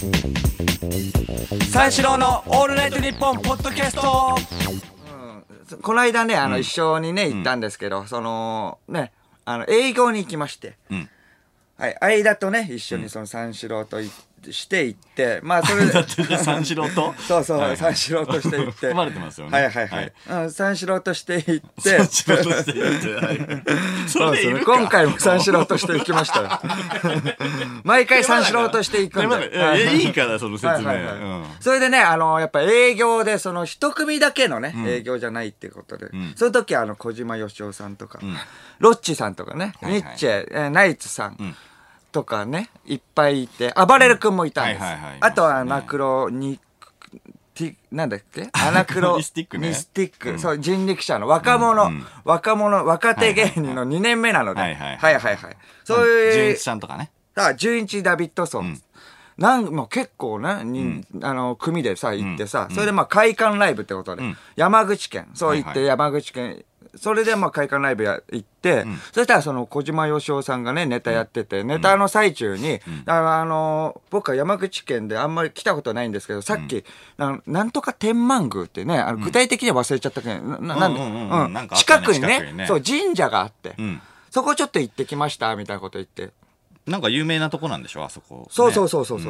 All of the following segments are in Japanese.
三四郎のオールナイトニッポンポッドキャスト。 この間ね一緒にね行ったんですけど、そのね営業に行きまして、はい、間とね一緒にその三四郎として行って、まあそれで三四郎とそうそう、三四郎として行って含まれてますよね。 はいはいはい、三四郎として行って三四郎として行って、はい、 そうですね、今回も三四郎として行きましたよ毎回三四郎として行くんで、 いいからその説明。 それでねやっぱ営業でその一組だけのね、営業じゃないっていうことで、その時は小島よしおさんとか、ロッチさんとかね、ニッチェ、ナイツさん、とかねいっぱいいて、あばれる君もいたんです。あとはアナクロになんだっけ、アナクロニスティック、そう、人力車の若手芸人の2年目なので、はいはいはい、そういう純一さんとかね、 純一ダビッドソン、もう結構ね、組でさ行ってさ、それでまあ会館ライブってことで、山口県そう行って、山口県それでまあ会館ライブ行って、そしたらその小島よしおさんがねネタやってて、ネタの最中に、僕は山口県であんまり来たことないんですけど、さっきなんとか天満宮ってね、具体的には忘れちゃったけど、近くにねそう神社があって、そこちょっと行ってきましたみたいなこと言って。 なんか有名なとこなんでしょあそこ、ね、 そう、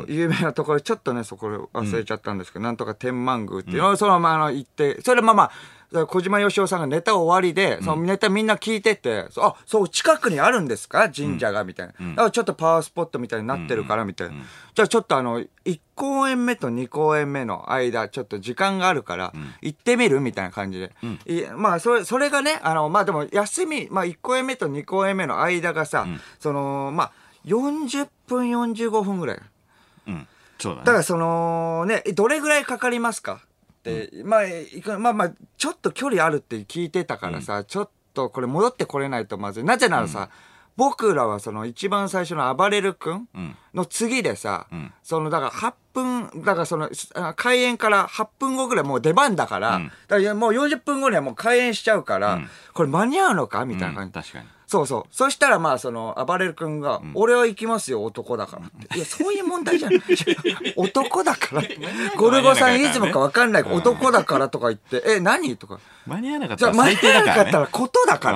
有名なところちょっとねそこ忘れちゃったんですけど、なんとか天満宮っていうのをそのまま行って、それまあ小島よしおさんがネタ終わりで、そのネタみんな聞いてて、あ、そう近くにあるんですか神社がみたいな、だからちょっとパワースポットみたいになってるからみたいな、じゃあちょっと1公演目と2公演目の間ちょっと時間があるから行ってみるみたいな感じで、まあそれがねまあでも休み、まあ1公演目と2公演目の間がさ、そのまあ40分45分ぐらい、 そうだね、 だからそのねどれぐらいかかりますかって、まあちょっと距離あるって聞いてたからさ、ちょっとこれ戻ってこれないとまずい。なぜならさ、僕らはその一番最初のあばれる君の次でさ、そのだから8分だからその開演から8分後ぐらいもう出番だから、だからもう40分後にはもう開演しちゃうから、これ間に合うのかみたいな感じ、 確かに。 そうそしたらまあそのあばれる君が、俺は行きますよ男だからって。いやそういう問題じゃない男だからゴルゴさんいつもか分かんない、男だからとか言って何とか、 間に合わなかったら最低だからね、 間に合わなかったらことだから、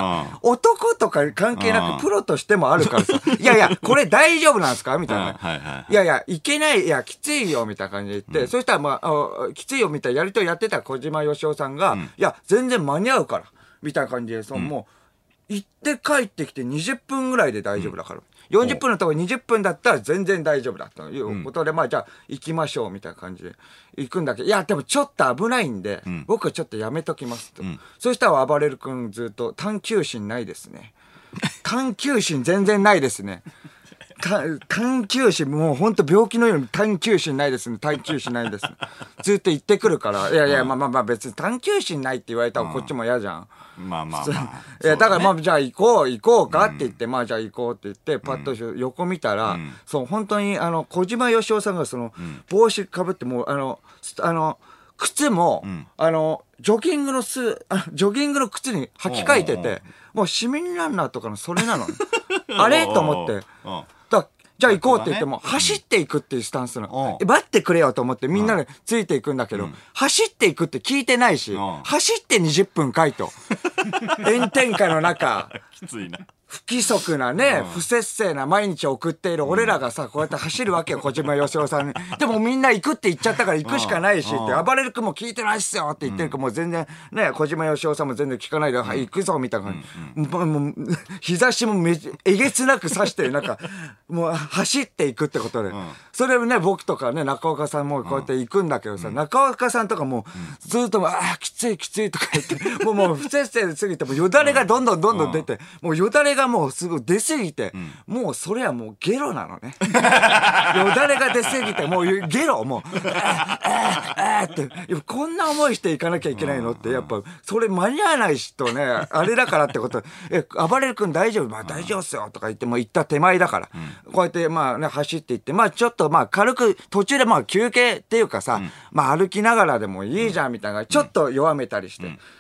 男とか関係なくプロとしてもあるからさ、いやこれ大丈夫なんですかみたいな、いやいけない、いやきついよみたいな感じで言って、そしたらまあきついよみたいなやりとりやってた小島よしおさんが、いや全然間に合うからみたいな感じで、もう行って帰ってきて20分ぐらいで大丈夫だから、40分のところ20分だったら全然大丈夫だということで、まあじゃあ行きましょうみたいな感じで行くんだけど、いやでもちょっと危ないんで、僕はちょっとやめときますと、そしたら暴れる君ずっと探求心ないですね探求心全然ないですね探求心もうほんと病気のように探求心ないですね、探求心ないですねずっと言ってくるから、いやまあ別に探求心ないって言われたらこっちも嫌じゃん、 まあいやだからまあじゃあ行こうかって言って、まあじゃあ行こうって言ってパッと横見たら、そう本当に小島よしおさんがその帽子かぶってもう靴もジョギングの靴に履き替えてて、もう市民ランナーとかのそれなのあれと思って、じゃあ行こうって言っても、走っていくっていうスタンスなの。待ってくれよと思ってみんなでついていくんだけど、走っていくって聞いてないし、走って20分かいと。炎天下の中。 きついな。 不規則なね、不節制な毎日を送っている俺らがさ、こうやって走るわけよ、小島よしおさんに。でもみんな行くって言っちゃったから行くしかないしって、暴れる君も聞いてないっすよって言ってるから、もう全然、ね、小島よしおさんも全然聞かないで、行くぞみたいな感じ。もう、日差しもえげつなく差して、なんか、もう走っていくってことで。それをね、僕とかね、中岡さんもこうやって行くんだけどさ、中岡さんとかもずっと、きついとか言って、もう不節制すぎて、もうよだれがどんどん出て、もうよだれがもうすぐ出すぎて、もうそれはもうゲロなのねよだれが出すぎてもうゲロもうってこんな思いしていかなきゃいけないのって、やっぱそれ間に合わない人ねあれだからってこと暴れる君大丈夫、まあ大丈夫っすよとか言ってもう行った手前だから、こうやってまあね走っていって、まあちょっとまあ軽く途中でまあ休憩っていうかさ、まあ歩きながらでもいいじゃんみたいな、ちょっと弱めたりして、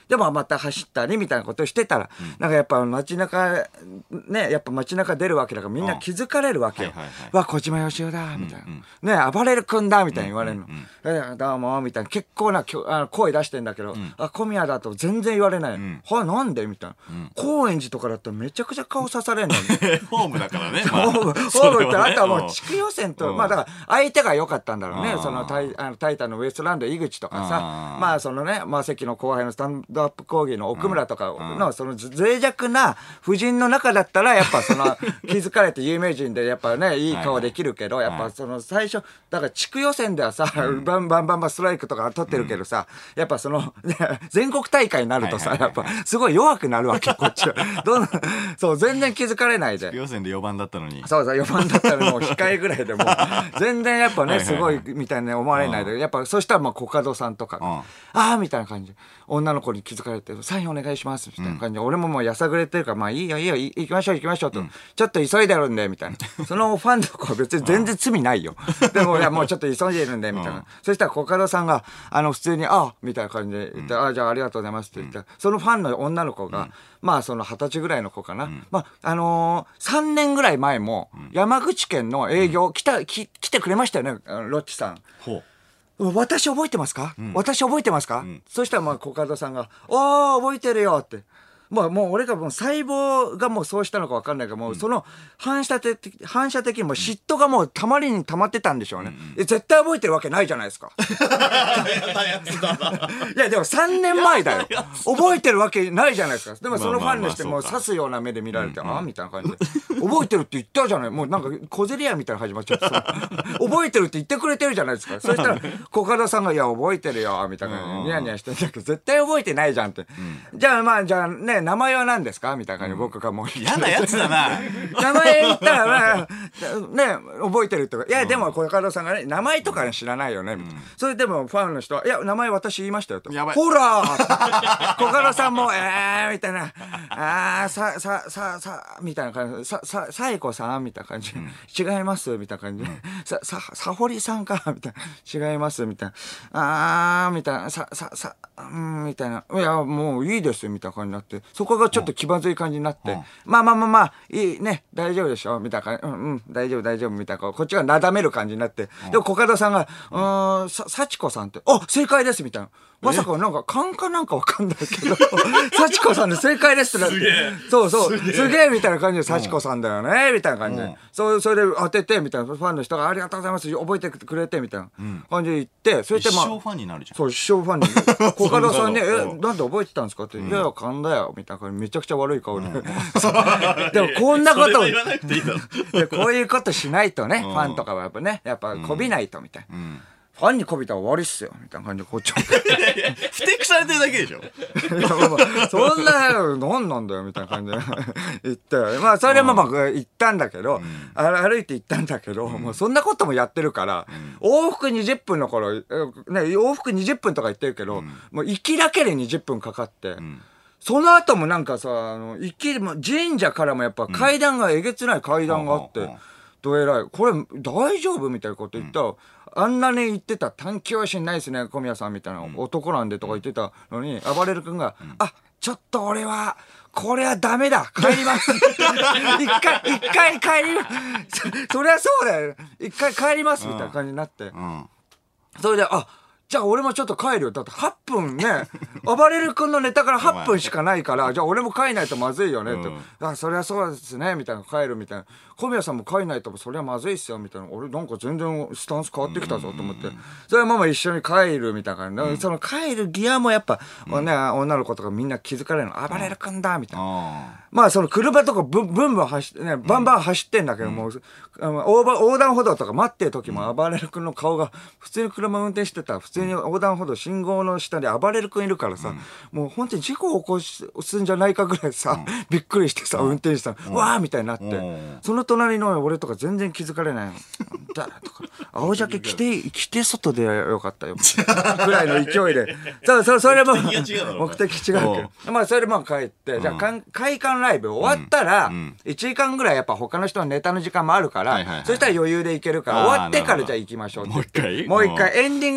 でもまた走ったりみたいなことをしてたら、なんかやっぱ街中ね、やっぱ街中出るわけだからみんな気づかれるわけよ。わ、小島よしおだみたいな、ね、暴れる君だみたいに言われるの。どうもみたいな結構な声出してんだけど、あ、小宮だと全然言われないの。は、なんでみたいな。高円寺とかだったらめちゃくちゃ顔刺されんのに。 ホームだからね。 ホームってあとはもう地区予選と、まあだから相手が良かったんだろうね。そのタイタンのウエストランド井口とかさ、まあそのね、まあ関の後輩のスタンドアップ講義の奥村とかのその脆弱な婦人の中だったらやっぱその気づかれて有名人でやっぱね、いい顔できるけど、やっぱその最初、だから地区予選ではさ、バンバンストライクとか取ってるけどさ、やっぱその、全国大会になるとさ、やっぱすごい弱くなるわけ、こっちは。そう、全然気づかれないで。 予選で4番だったのに。 そう4番だったらもう控えぐらいでもう、全然やっぱね、すごいみたいに思われないで、やっぱそしたらまあコカドさんとか、あーみたいな感じで、女の子に気づかれて、サインお願いしますみたいな感じで、俺ももうやさぐれてるから、まあいいよ行きましょうと、ちょっと急いでるんでみたいな。そのファンの子は別に全然罪ないよ。でもいやもうちょっと急いでるんでみたいな。そしたらコカドさんが普通にみたいな感じで言って、じゃあありがとうございますって言って、そのファンの女の子が、まあその20歳ぐらいの子かな、まあ3年ぐらい前も山口県の営業来てくれましたよね、ロッチさん。私覚えてますか、私覚えてますか、そしたらまあコカドさんが「覚えてるよ」って。もう俺がもう細胞がもうそうしたのか分かんないけど、もうその反射的にもう嫉妬がもうたまりにたまってたんでしょうね。絶対覚えてるわけないじゃないですか。いやでも3年前だよ。覚えてるわけないじゃないですか。でもそのファンにしてもう刺すような目で見られて、みたいな感じで覚えてるって言ったじゃない。もうなんか小競り合いみたいな始まっちゃって覚えてるって言ってくれてるじゃないですか。そしたらコカドさんが「いや覚えてるよ」みたいなニヤニヤしてんだけど、絶対覚えてないじゃんって。じゃあね、名前は何ですかみたいな感じで僕がもう嫌なやつだな。 名前言ったらね覚えてるとか、いやでもコカドさんがね、名前とか知らないよねみたいな。それでもファンの人は「いや名前私言いましたよ」と。ほらコカドさんもみたいな、みたいな感じで、さえこさんみたいな感じで、違いますみたいな感じで、さほりさんかみたいな、違いますみたいな、みたいな、みたいな、いやもういいですみたいな感じになって、そこがちょっと気まずい感じになって、まあいいね、大丈夫でしょみたいな感じ、大丈夫みたいな、こっちがなだめる感じになって、でもコカドさんが幸子さんって正解ですみたいな。まさかなんかカンカなんかわかんないけど幸子さんで正解ですってなって、そうすげえみたいな感じで、幸子さんだよねみたいな感じで、それで当ててみたいな、ファンの人がありがとうございます覚えてくれてみたいな感じで言って、それで一生ファンになるじゃん。 そう、一生ファンにコカドさんになんで覚えてたんですかって、いや勘だよみたいな感じで、めちゃくちゃ悪い顔ででもこんなこと言わなくていいだろ。 こういうことしないとね、ファンとかはやっぱこびないとみたいな。ファンにこびたら終わりっすよみたいな感じでこっちもふてくされてるだけでしょ。 いやそんな何なんだよみたいな感じで言って、まあそれでまあ行ったんだけど、歩いて行ったんだけど、もうそんなこともやってるから、往復20分の頃ね、往復20分とか言ってるけど、もう行きだけで20分かかって、その後もなんかさ、神社からもやっぱ階段がえげつない階段があって、どえらいこれ大丈夫みたいなこと言ったら、あんなに言ってた短期用心ないですね小宮さんみたいな男なんでとか言ってたのに、暴れる君がちょっと俺はこれはダメだ帰ります一回帰りますそりゃそうだよ、一回帰りますみたいな感じになって、それでじゃあ俺もちょっと帰るよ。だって8分ね、暴れる君のネタから8分しかないから、じゃあ俺も帰んないとまずいよねって。そりゃそうですね、みたいな、帰るみたいな。小宮さんも帰んないとそりゃまずいっすよ、みたいな。俺なんか全然スタンス変わってきたぞと思って。それはママ一緒に帰るみたいな感じで、その帰るギアもやっぱ、ね、女の子とかみんな気づかれるの。暴れる君だ、みたいな。まあその車とかブンブン走ってね、バンバン走ってんだけども、横断歩道とか待ってる時も暴れる君の顔が、普通に車運転してたら普通に横断歩道信号の下で暴れる君いるからさ、もう本当に事故を起こすんじゃないかぐらいさ、びっくりしてさ、運転手さん、わーみたいになって、その隣の俺とか全然気づかれないの。だとか、青ジャケ着て外でよかったよ。ぐらいの勢いで。それも目的違うけど。まあそれでまあ帰って、じゃあ会館ライブ終わったら、1時間ぐらいやっぱ他の人のネタの時間もあるから、そしたら余裕で行けるから、終わってからじゃあ行きましょうって。もう一回エンディングまでちょっと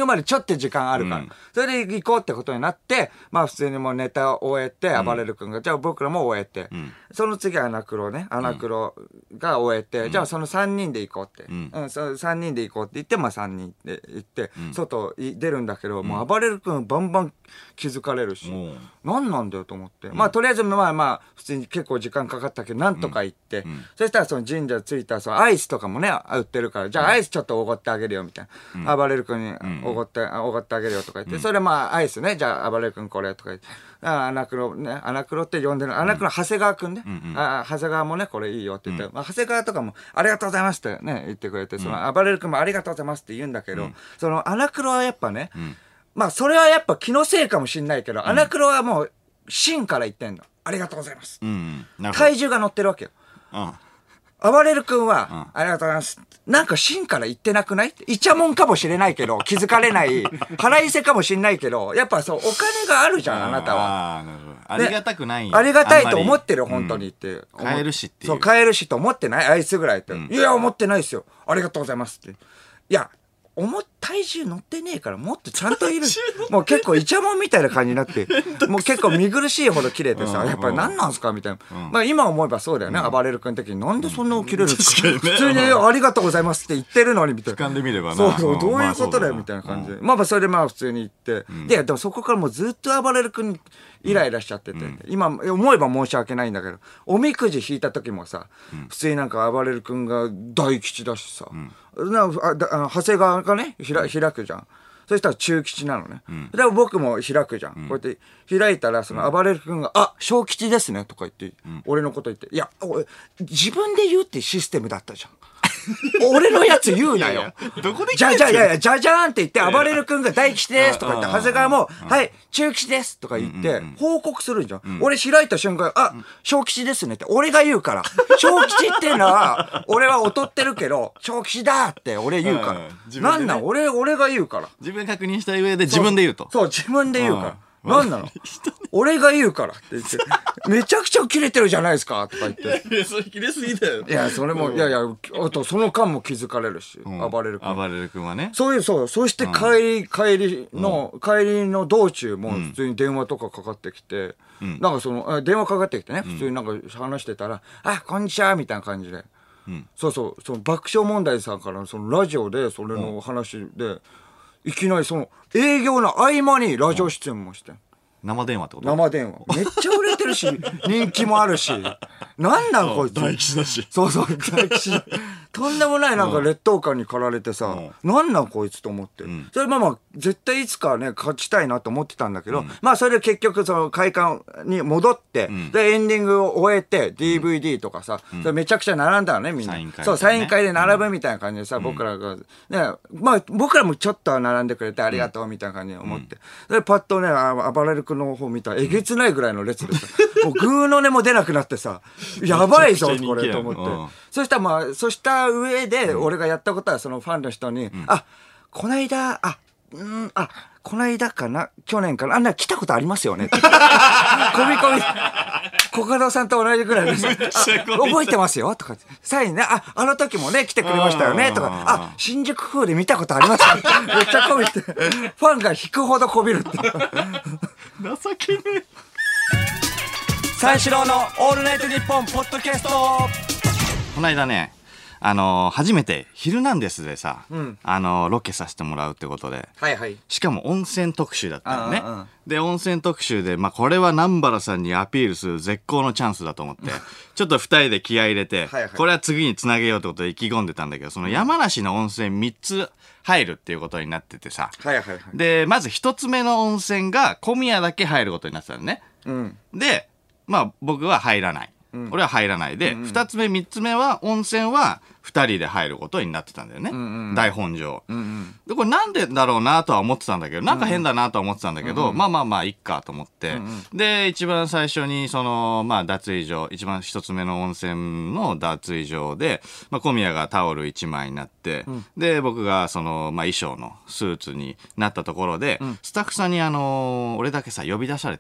って時間あるから、それで行こうってことになって、まあ普通にもうネタを終えて、暴れる君が、じゃあ僕らも終えて、その次は穴黒が終えて、じゃあその3人で行こうって、その3人で行こうって言って、まあ3人で行って、外出るんだけど、もう暴れる君バンバン気づかれるし、何なんだよと思って、まあとりあえずまあ普通に結構時間かかったけど、なんとか行って、そしたらその神社着いたら、そのアイスとかもね、売ってるから、じゃあアイスちょっとおごってあげるよみたいな。暴れる君におごってあげるよとか言って、それまあアイスね、じゃあ暴れる君これとか言って、穴黒って呼んでる、穴黒長谷川君ね、長谷川もね、これいいよって言って、まあ長谷川とかもありがとうございますってね、言ってくれて、その暴れる君もありがとうございますって言うんだけど、その穴黒はやっぱね、まあそれはやっぱ気のせいかもしんないけど、穴黒はもう芯から言ってんの。ありがとうございます。体重が乗ってるわけよ。暴れる君は、ありがとうございます。なんか芯から言ってなくない？イチャモンかもしれないけど、気づかれない、腹いせかもしれないけど、やっぱそう、お金があるじゃん、あなたは。 ありがたくない。 ありがたいと思ってる、本当にって。 買えるしっていう。 そう、買えるしと思ってない？アイスぐらいって。いや、思ってないですよ。ありがとうございますって。いや、体重乗ってねえからもっとちゃんといるもう結構イチャモンみたいな感じになってもう結構見苦しいほど綺麗でさやっぱり何なんすかみたいな、まあ今思えばそうだよね、暴れる君的になんでそんな起きれるんですか、普通にありがとうございますって言ってるのにみたいな、 俯瞰で見ればな、 そうどういうことだよみたいな感じで、まあそれでまあ普通に行って、でもそこからもうずっと暴れる君にイライラしちゃってて、今思えば申し訳ないんだけど、おみくじ引いた時もさ、普通になんか暴れる君が大吉だしさ、長谷川がね開くじゃん。そしたら中吉なのね。でも僕も開くじゃん。こうやって開いたらその暴れる君が小吉ですねとか言って、俺のこと言って、いや自分で言うってシステムだったじゃん。俺のやつ言うなよ。 どこでじゃじゃーんって言って、暴れる君が大吉ですとか言って、長谷川も、はい、中吉ですとか言って、報告するじゃん。俺開いた瞬間、小吉ですねって、俺が言うから。小吉っていうのは、俺は劣ってるけど、小吉だって俺言うから。なんなん俺が言うから。 自分確認した上で自分で言うと。 そう、自分で言うから。なんなの俺が言うからって言って、めちゃくちゃキレてるじゃないですかとか言って。 いや、それキレすぎだよ。 いや、それも、いや、あとその間も気づかれるし、暴れる君。 暴れる君はね。 そう、そして帰りの道中も普通に電話とかかかってきて、なんかその、電話かかってきてね、普通になんか話してたら、こんにちはみたいな感じで。その爆笑問題さんからそのラジオでそれの話で、いきなりその営業の合間にラジオ出演もして、 生電話ってこと？ 生電話めっちゃ売れてるし人気もあるし、なんなんこいつ大吉だし、 そう大吉とんでもないなんか劣等感に駆られてさ、なんなんこいつと思って、それまあ絶対いつかね勝ちたいなと思ってたんだけど、まあそれで結局その会館に戻って、でエンディングを終えて DVD とかさ、それめちゃくちゃ並んだのねみんな、そうサイン会で並ぶみたいな感じでさ、僕らがね、まあ僕らもちょっとは並んでくれてありがとうみたいな感じで思って、でパッとね暴れる君の方見たらえげつないぐらいの列でさ、もうグーの音も出なくなってさやばいぞこれと思って、そした上で俺がやったことはそのファンの人に、こないだこないだかな去年かな来たことありますよね込みコカドさんと同じぐらいです覚えてますよとかサインね、あの時もね来てくれましたよねとか、新宿風で見たことありますよめっちゃこびてファンが引くほどこびるって情けねえ。 三四郎のオールナイトニッポンポッドキャスト。 この間ね、初めてヒルナンデスでさ、ロケさせてもらうってことで、しかも温泉特集だったのね。で温泉特集で、これは南原さんにアピールする絶好のチャンスだと思ってちょっと2人で気合い入れて、これは次につなげようってことで意気込んでたんだけど、その山梨の温泉3つ入るっていうことになっててさ、でまず1つ目の温泉が小宮だけ入ることになってたのね。で僕は入らない、俺は入らないで、2つ目3つ目は温泉は2人で入ることになってたんだよね、台本上、でこれなんでだろうなとは思ってたんだけど、なんか変だなとは思ってたんだけど、まあいっかと思って、で一番最初にその脱衣所、一番1つ目の温泉の脱衣所で、小宮がタオル1枚になって、で僕がその衣装のスーツになったところで、スタッフさんに俺だけさ呼び出されたの。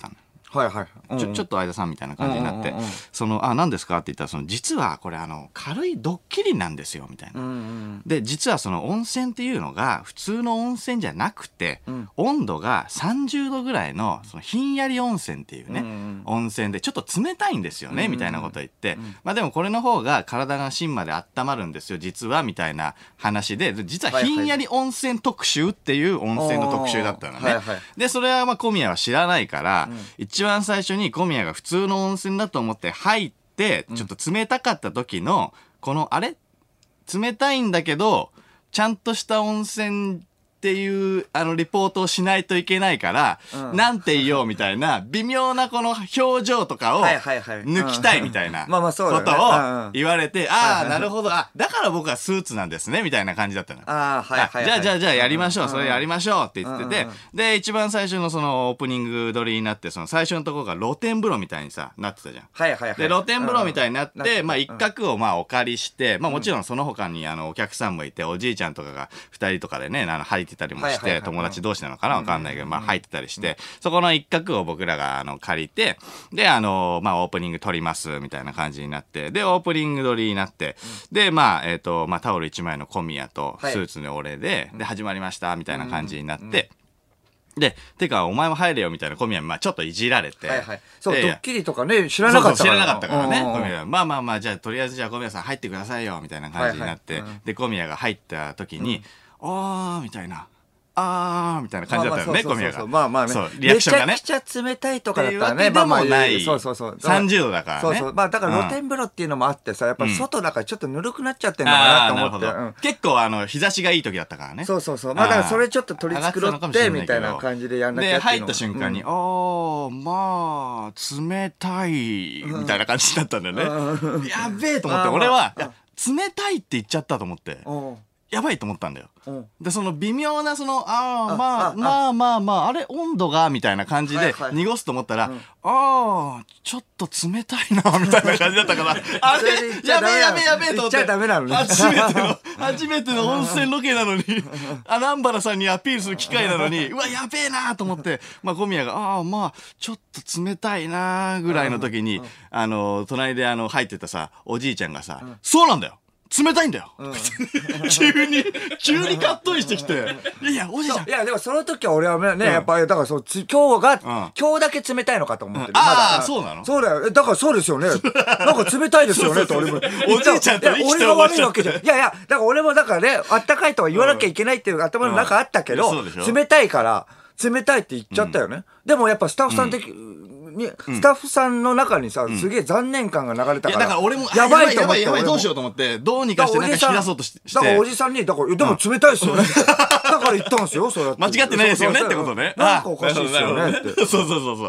はいはい。 ちょっと相田さんみたいな感じになって、何ですかって言ったら、実はこれ軽いドッキリなんですよ、みたいな。で、実はその温泉っていうのが、普通の温泉じゃなくて、温度が30度ぐらいの、そのひんやり温泉っていうね、温泉で、ちょっと冷たいんですよね、みたいなこと言って、まあでもこれの方が体が芯まで温まるんですよ、実は、みたいな話で、実はひんやり温泉特集っていう温泉の特集だったのね。で、それはまあ小宮は知らないから、一番最初に小宮が普通の温泉だと思って入って、ちょっと冷たかった時の、あれ冷たいんだけど、ちゃんとした温泉っていうリポートをしないといけないから、なんて言おうみたいな微妙なこの表情とかを抜きたいみたいなことを言われて、ああなるほど、だから僕はスーツなんですねみたいな感じだったの。じゃあやりましょう、それやりましょうって言ってて、で一番最初のそのオープニング撮りになって、その最初のところが露天風呂みたいにさなってたじゃん。で露天風呂みたいになって、まあ一角をまあお借りして、まあもちろんその他にお客さんもいて、おじいちゃんとかが2人とかでね入ってたりもして、友達同士なのかなわかんないけど、まあ入ってたりして、そこの一角を僕らが借りて、でまあオープニング撮りますみたいな感じになって、でオープニング撮りになって、でまあまあタオル1枚の小宮とスーツの俺で始まりましたみたいな感じになって、で、てか、お前も入れよみたいな小宮まあちょっといじられて。 そう、ドッキリとかね、知らなかったから。 知らなかったからね。小宮まあ、じゃあとりあえずじゃあ小宮さん入ってくださいよみたいな感じになって、で、小宮が入った時に、みたいな。みたいな感じだったよね、小宮が。 まあまあね。 リアクションがね。 めちゃくちゃ冷たいとかだったらね。 でもない。 そう。 30度だからね。 そう。まあだから露天風呂っていうのもあってさ、やっぱ外だからちょっとぬるくなっちゃってんのかなと思って。 結構日差しがいい時だったからね。 そう。まあだからそれちょっと取り繕ってみたいな感じでやんなきゃっていうの。 で、入った瞬間に、まあ、冷たい、みたいな感じだったんだよね。やべえと思って、俺は、冷たいって言っちゃったと思って。やばいと思ったんだよ。で、その微妙なまあ、あれ温度がみたいな感じで濁すと思ったら、ちょっと冷たいな、みたいな感じだったから、あれやべえと思って。初めての温泉ロケなのに、南原さんにアピールする機会なのに、うわ、やべえなと思って、まあ、小宮が、まあ、ちょっと冷たいなぐらいの時に、隣で入ってたさ、おじいちゃんがさ、そうなんだよ冷たいんだよ、急にカットインしてきて、いやおじいちゃん、 いやでもその時は俺はね、やっぱりだから今日だけ冷たいのかと思ってる。 そうなの？ そうだよ。だからそうですよね。なんか冷たいですよねと俺も。 おじいちゃんと俺が悪いわけじゃん。いやだから俺もだからね、あったかいとは言わなきゃいけないっていう頭の中あったけど、冷たいから冷たいって言っちゃったよね。でもやっぱスタッフさん的スタッフさんの中にさ、すげえ残念感が流れたから、 だから俺もやばいと思って、 どうしようと思ってどうにかしてなんか引き出そうとして、 だからおじさんにでも冷たいっすよね、だから言ったんですよ。それ間違ってないですよねってことね。 なんかおかしいっすよねって。 そう。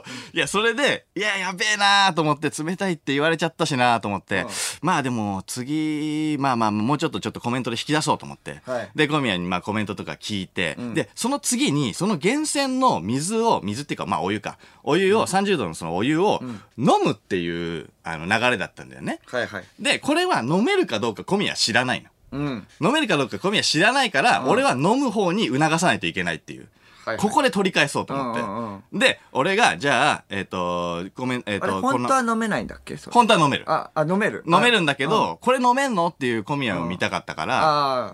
いやそれでやべえなと思って、冷たいって言われちゃったしなと思って、まあでも次まあもうちょっとコメントで引き出そうと思って、で小宮にまあコメントとか聞いて、でその次にその源泉の水っていうかまあお湯を30度のそのお湯を飲むっていう流れだったんだよね。でこれは飲めるかどうか小宮は知らないの。飲めるかどうか小宮は知らないから、俺は飲む方に促さないといけないっていう。ここで取り返そうと思って。で、俺が、じゃあ、ごめん、 本当は飲めないんだっけ？ 本当は飲める。 飲める。 飲めるんだけど、これ飲めんのっていう小宮を見たかったから、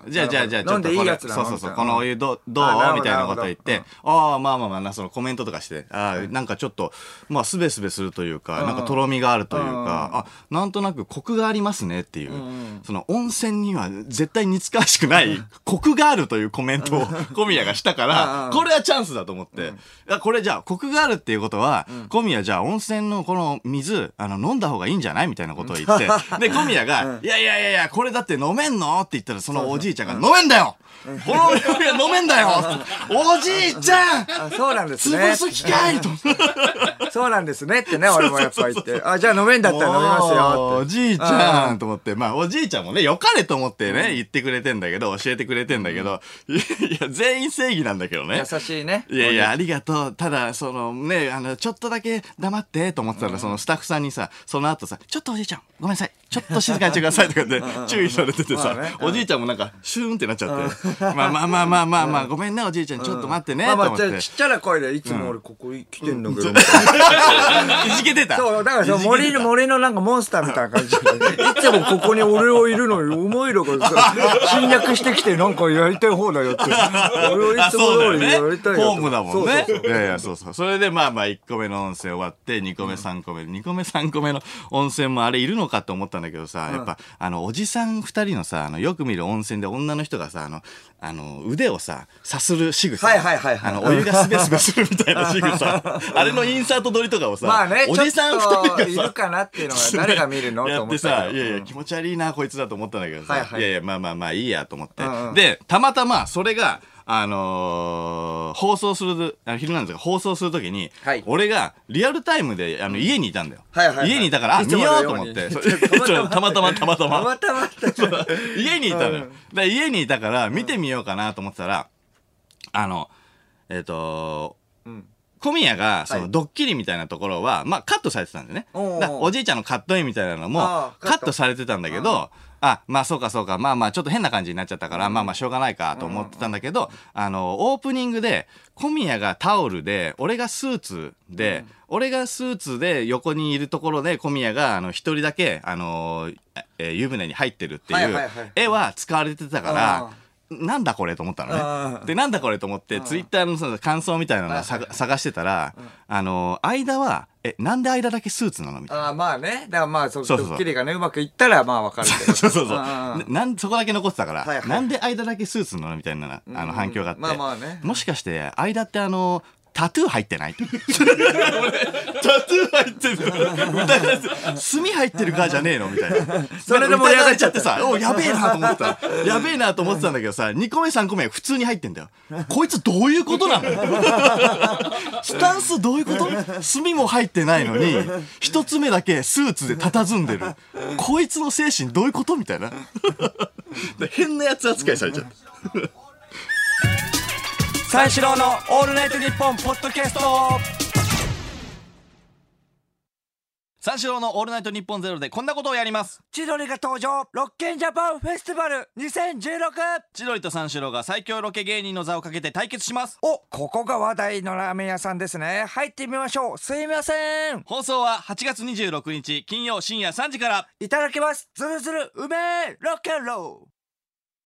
じゃあ、ちょっと飲んでいいやつだ。 そう、このお湯どうみたいなこと言って、まあ、そのコメントとかして、なんかちょっと、まあ、スベスベするというか、なんかとろみがあるというか、なんとなくコクがありますねっていう、その温泉には絶対似つかわしくないコクがあるというコメントを小宮がしたから、これはチャンスだと思って、これじゃあコクがあるっていうことは、小宮じゃあ温泉のこの水飲んだ方がいいんじゃないみたいなことを言って、で小宮が、いやこれだって飲めんのって言ったら、そのおじいちゃんが飲めんだよ、このお湯飲めんだよおじいちゃん、 そうなんですね、 潰す機会とそうなんですねってね、俺もやっぱ言って、じゃあ飲めんだったら飲みますよって、 おじいちゃんと思って、まあおじいちゃんもね、よかれと思ってね言ってくれてんだけど、教えてくれてんだけど、いや全員正義なんだけどね、 優ししいね。 いやいや、ありがとう。ただ、そのね、ちょっとだけ黙ってと思ってたら、そのスタッフさんにさ、その後さ、ちょっとおじいちゃん、ごめんなさい。ちょっと静かにしてくださいとかって注意されててさ、おじいちゃんもなんか、シューンってなっちゃって。まあ、ごめんね、おじいちゃん、ちょっと待ってね、と思って。 ちっちゃな声で、いつも俺ここ来てんだけど。いじけてた。 そう、だから森のなんかモンスターみたいな感じで、いつもここに俺はいるのに、お前らがさ、侵略してきてなんかやりたい方だよって。俺はいつも通りやりたいよ。 ホームだもんね。いやいや、そうそう。それでまあ1個目の温泉終わって、2個目、3個目、2個目、3個目の温泉もあれいるのかって思ったんだけどさ、やっぱ、おじさん2人のさ、よく見る温泉で女の人がさ、腕をさ、さする仕草。お湯がスベスベするみたいな仕草。あれのインサート撮りとかをさ、 まあね、 おじさん2人がさ、 いるかなっていうのは誰が見るのと思ってさ、いやいや、気持ち悪いな、こいつだと思ったんだけどさ、いやいや、まあいいやと思って。で、たまたまそれが、放送する、昼なんですが、放送するときに、俺がリアルタイムで家にいたんだよ。家にいたから、見ようと思って。たまたま。家にいたのよ。家にいたから、見てみようかなと思ってたら、小宮が、その、ドッキリみたいなところは、まあ、カットされてたんだよね。おじいちゃんのカットインみたいなのも、カットされてたんだけど、まあそうか。まあちょっと変な感じになっちゃったから、まあしょうがないかと思ってたんだけど、オープニングで、小宮がタオルで、俺がスーツで横にいるところで小宮が、一人だけ、湯船に入ってるっていう絵は使われてたから、なんだこれと思ったのね。で、なんだこれと思って、ツイッターのその感想みたいなのを探してたら、間は、なんで間だけスーツなのみたいな。 まあね。だからまあ、ドッキリがね、うまくいったら、まあわかるけど。 そう。そこだけ残ってたから、なんで間だけスーツなのみたいな、反響があって。 まあね。 もしかして、間ってタトゥー入ってないタトゥー入ってるの歌い出す墨入ってるかじゃねえのみたいな。それで盛り上がっちゃってさ、やべえなと思ってた。やべえなと思ってたんだけどさ、2個目3個目普通に入ってんだよ。こいつどういうことなのスタンスどういうこと墨も入ってないのに、1つ目だけスーツで佇んでる。こいつの精神どういうことみたいな。変なやつ扱いされちゃった。 三四郎のオールナイトニッポンポッドキャスト。 三四郎のオールナイトニッポンゼロでこんなことをやります。 千鳥が登場、ロッケンジャパンフェスティバル2016。 千鳥と三四郎が最強ロケ芸人の座をかけて対決します。 ここが話題のラーメン屋さんですね。入ってみましょう。すいません。 放送は8月26日金曜深夜3時から。 いただきます。ずるずるうめえロッケンロー。